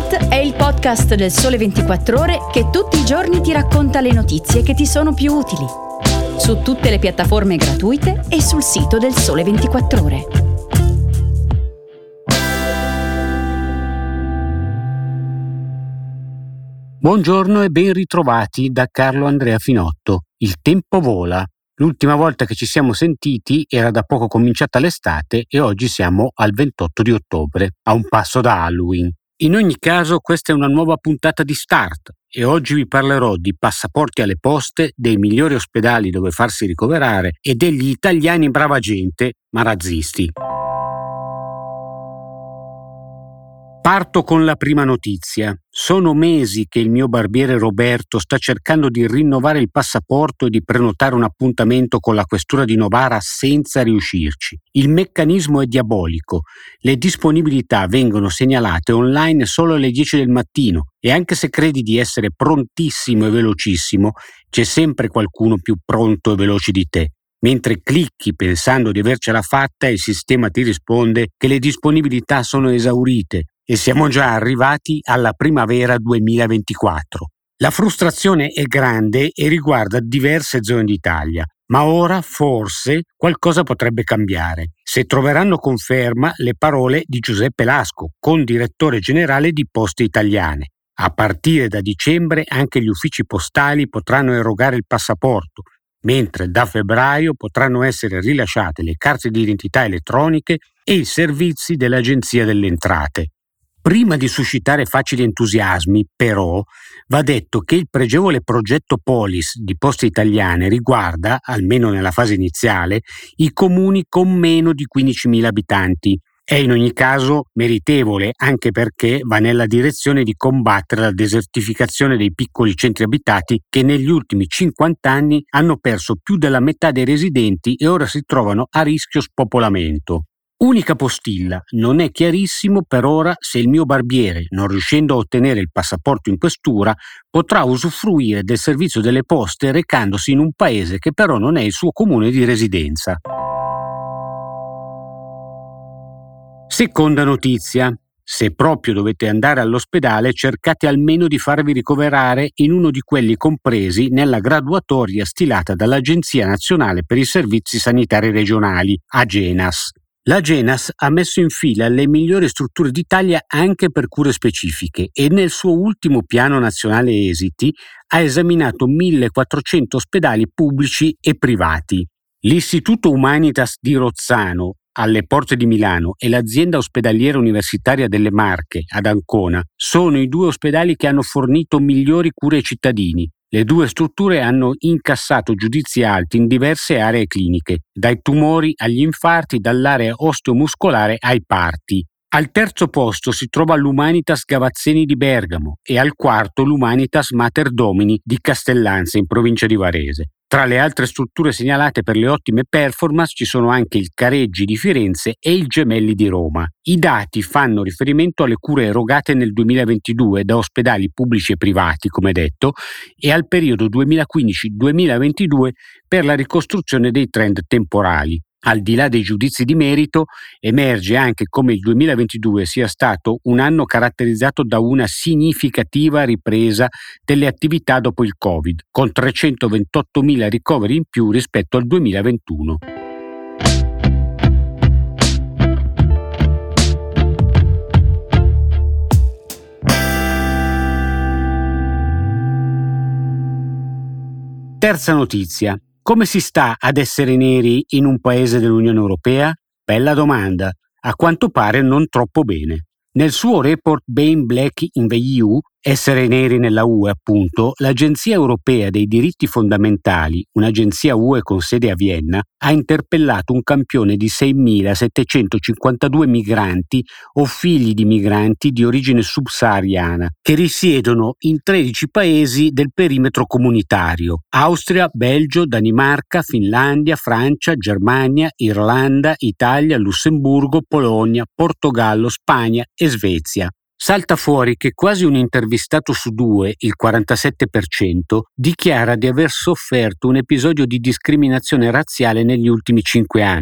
Spot è il podcast del Sole 24 Ore che tutti i giorni ti racconta le notizie che ti sono più utili. Su tutte le piattaforme gratuite e sul sito del Sole 24 Ore. Buongiorno e ben ritrovati da Carlo Andrea Finotto. Il tempo vola. L'ultima volta che ci siamo sentiti era da poco cominciata l'estate e oggi siamo al 28 di ottobre, a un passo da Halloween. In ogni caso, questa è una nuova puntata di Start e oggi vi parlerò di passaporti alle poste, dei migliori ospedali dove farsi ricoverare e degli italiani brava gente, ma razzisti. Parto con la prima notizia. Sono mesi che il mio barbiere Roberto sta cercando di rinnovare il passaporto e di prenotare un appuntamento con la questura di Novara senza riuscirci. Il meccanismo è diabolico. Le disponibilità vengono segnalate online solo alle 10 del mattino e anche se credi di essere prontissimo e velocissimo, c'è sempre qualcuno più pronto e veloce di te. Mentre clicchi pensando di avercela fatta, il sistema ti risponde che le disponibilità sono esaurite e siamo già arrivati alla primavera 2024. La frustrazione è grande e riguarda diverse zone d'Italia, ma ora forse qualcosa potrebbe cambiare. Se troveranno conferma le parole di Giuseppe Lasco, condirettore generale di Poste Italiane. A partire da dicembre anche gli uffici postali potranno erogare il passaporto, mentre da febbraio potranno essere rilasciate le carte di identità elettroniche e i servizi dell'Agenzia delle Entrate. Prima di suscitare facili entusiasmi, però, va detto che il pregevole progetto Polis di Poste Italiane riguarda, almeno nella fase iniziale, i comuni con meno di 15.000 abitanti. È in ogni caso meritevole anche perché va nella direzione di combattere la desertificazione dei piccoli centri abitati che negli ultimi 50 anni hanno perso più della metà dei residenti e ora si trovano a rischio spopolamento. Unica postilla, non è chiarissimo per ora se il mio barbiere, non riuscendo a ottenere il passaporto in questura, potrà usufruire del servizio delle poste recandosi in un paese che però non è il suo comune di residenza. Seconda notizia. Se proprio dovete andare all'ospedale, cercate almeno di farvi ricoverare in uno di quelli compresi nella graduatoria stilata dall'Agenzia Nazionale per i Servizi Sanitari Regionali, Agenas. L'Agenas ha messo in fila le migliori strutture d'Italia anche per cure specifiche e nel suo ultimo piano nazionale esiti ha esaminato 1.400 ospedali pubblici e privati. L'Istituto Humanitas di Rozzano, alle porte di Milano, e l'Azienda Ospedaliera Universitaria delle Marche, ad Ancona, sono i due ospedali che hanno fornito migliori cure ai cittadini. Le due strutture hanno incassato giudizi alti in diverse aree cliniche, dai tumori agli infarti, dall'area osteomuscolare ai parti. Al terzo posto si trova l'Humanitas Gavazzeni di Bergamo e al quarto l'Humanitas Mater Domini di Castellanza in provincia di Varese. Tra le altre strutture segnalate per le ottime performance ci sono anche il Careggi di Firenze e il Gemelli di Roma. I dati fanno riferimento alle cure erogate nel 2022 da ospedali pubblici e privati, come detto, e al periodo 2015-2022 per la ricostruzione dei trend temporali. Al di là dei giudizi di merito, emerge anche come il 2022 sia stato un anno caratterizzato da una significativa ripresa delle attività dopo il Covid, con 328.000 ricoveri in più rispetto al 2021. Terza notizia. Come si sta ad essere neri in un paese dell'Unione Europea? Bella domanda. A quanto pare non troppo bene. Nel suo report Being Black in the EU, essere neri nella UE appunto, l'Agenzia Europea dei Diritti Fondamentali, un'agenzia UE con sede a Vienna, ha interpellato un campione di 6.752 migranti o figli di migranti di origine subsahariana che risiedono in 13 paesi del perimetro comunitario: Austria, Belgio, Danimarca, Finlandia, Francia, Germania, Irlanda, Italia, Lussemburgo, Polonia, Portogallo, Spagna e Svezia. Salta fuori che quasi un intervistato su due, il 47%, dichiara di aver sofferto un episodio di discriminazione razziale negli ultimi 5 anni.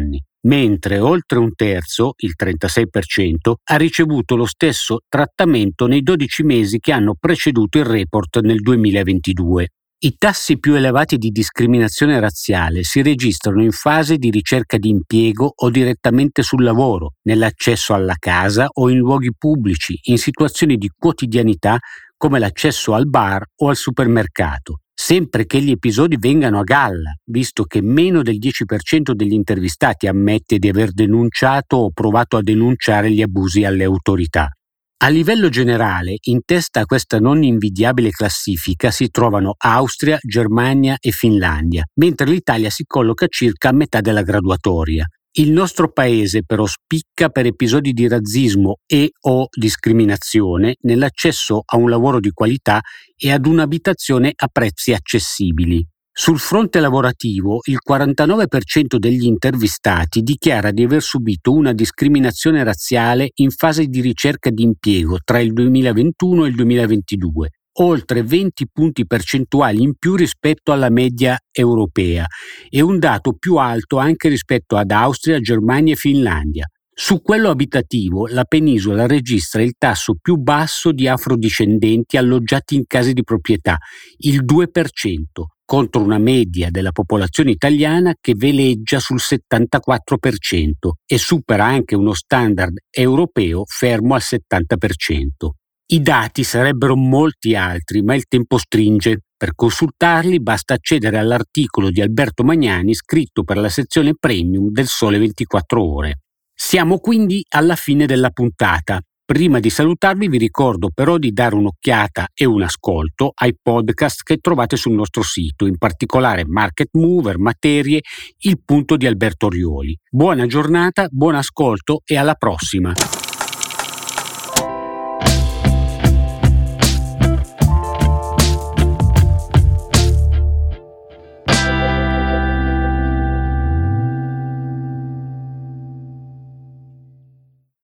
mentre oltre un terzo, il 36%, ha ricevuto lo stesso trattamento nei 12 mesi che hanno preceduto il report nel 2022. I tassi più elevati di discriminazione razziale si registrano in fase di ricerca di impiego o direttamente sul lavoro, nell'accesso alla casa o in luoghi pubblici, in situazioni di quotidianità come l'accesso al bar o al supermercato, sempre che gli episodi vengano a galla, visto che meno del 10% degli intervistati ammette di aver denunciato o provato a denunciare gli abusi alle autorità. A livello generale, in testa a questa non invidiabile classifica si trovano Austria, Germania e Finlandia, mentre l'Italia si colloca circa a metà della graduatoria. Il nostro paese però spicca per episodi di razzismo e o discriminazione nell'accesso a un lavoro di qualità e ad un'abitazione a prezzi accessibili. Sul fronte lavorativo, il 49% degli intervistati dichiara di aver subito una discriminazione razziale in fase di ricerca di impiego tra il 2021 e il 2022, oltre 20 punti percentuali in più rispetto alla media europea e un dato più alto anche rispetto ad Austria, Germania e Finlandia. Su quello abitativo, la penisola registra il tasso più basso di afrodiscendenti alloggiati in case di proprietà, il 2%, contro una media della popolazione italiana che veleggia sul 74% e supera anche uno standard europeo fermo al 70%. I dati sarebbero molti altri, ma il tempo stringe. Per consultarli basta accedere all'articolo di Alberto Magnani scritto per la sezione premium del Sole 24 Ore. Siamo quindi alla fine della puntata. Prima di salutarvi vi ricordo però di dare un'occhiata e un ascolto ai podcast che trovate sul nostro sito, in particolare Market Mover, Materie, Il Punto di Alberto Rioli. Buona giornata, buon ascolto e alla prossima!